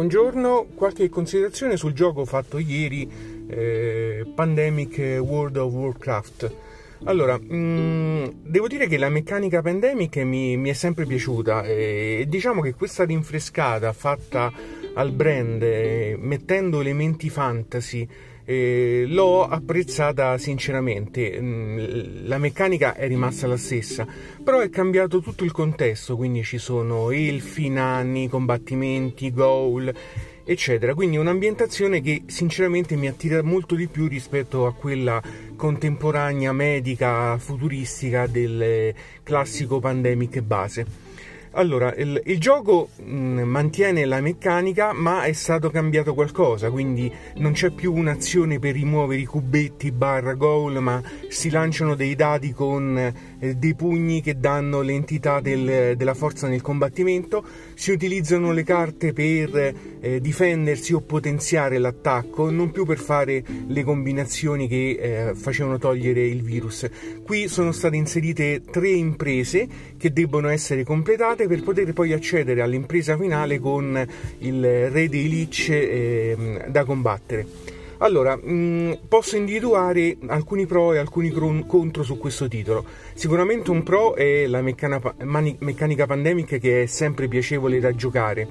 buongiorno. Qualche considerazione sul gioco fatto ieri, Pandemic World of Warcraft. Allora, devo dire che la meccanica Pandemic mi è sempre piaciuta e diciamo che questa rinfrescata fatta al brand, mettendo elementi fantasy, l'ho apprezzata sinceramente. La meccanica è rimasta la stessa, però è cambiato tutto il contesto, quindi ci sono elfi, nani, combattimenti, ghoul, eccetera. Quindi un'ambientazione che sinceramente mi attira molto di più rispetto a quella contemporanea, medica, futuristica del classico Pandemic base. Allora, il gioco mantiene la meccanica, ma è stato cambiato qualcosa, quindi non c'è più un'azione per rimuovere i cubetti barra goal, ma si lanciano dei dadi con dei pugni che danno l'entità della forza nel combattimento, si utilizzano le carte per difendersi o potenziare l'attacco, non più per fare le combinazioni che facevano togliere il virus. Qui sono state inserite 3 imprese che debbono essere completate per poter poi accedere all'impresa finale con il re dei Lich da combattere. Allora, posso individuare alcuni pro e alcuni contro su questo titolo. Sicuramente un pro è la meccanica Pandemic, che è sempre piacevole da giocare.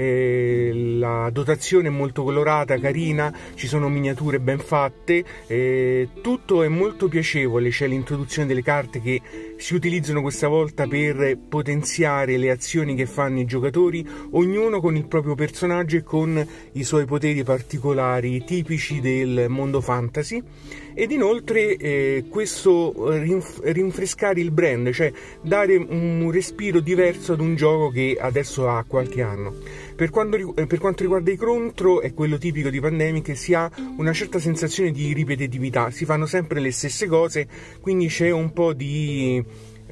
La dotazione è molto colorata, carina, ci sono miniature ben fatte, tutto è molto piacevole. C'è l'introduzione delle carte che si utilizzano questa volta per potenziare le azioni che fanno i giocatori, ognuno con il proprio personaggio e con i suoi poteri particolari tipici del mondo fantasy. Ed inoltre questo rinfrescare il brand, cioè dare un respiro diverso ad un gioco che adesso ha qualche anno. Per quanto riguarda i contro, è quello tipico di Pandemic, si ha una certa sensazione di ripetitività, si fanno sempre le stesse cose, quindi c'è un po' di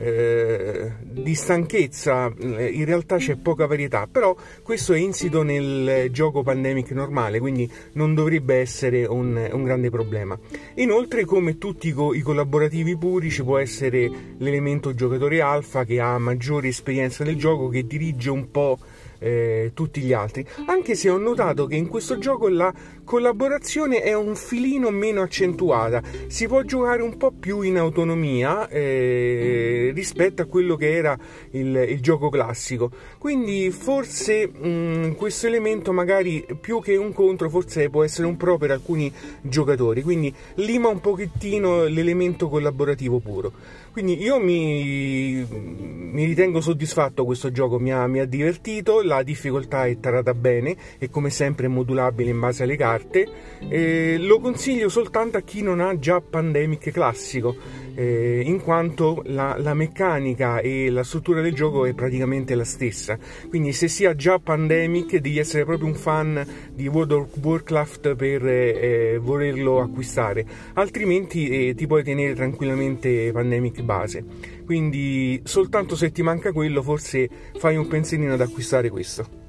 stanchezza, in realtà c'è poca varietà, però questo è insito nel gioco Pandemic normale, quindi non dovrebbe essere un grande problema. Inoltre, come tutti i collaborativi puri, ci può essere l'elemento giocatore alfa che ha maggiore esperienza nel gioco, che dirige un po' tutti gli altri, anche se ho notato che in questo gioco la collaborazione è un filino meno accentuata, si può giocare un po' più in autonomia rispetto a quello che era il gioco classico, quindi forse questo elemento, magari più che un contro, forse può essere un pro per alcuni giocatori, quindi lima un pochettino l'elemento collaborativo puro. Quindi io mi ritengo soddisfatto, questo gioco mi ha divertito, la difficoltà è tarata bene e come sempre è modulabile in base alle carte, lo consiglio soltanto a chi non ha già Pandemic classico, in quanto la meccanica e la struttura del gioco è praticamente la stessa, quindi se si ha già Pandemic devi essere proprio un fan di World of Warcraft per volerlo acquistare, altrimenti ti puoi tenere tranquillamente Pandemic base. Quindi soltanto se ti manca quello, forse fai un pensierino ad acquistare questo.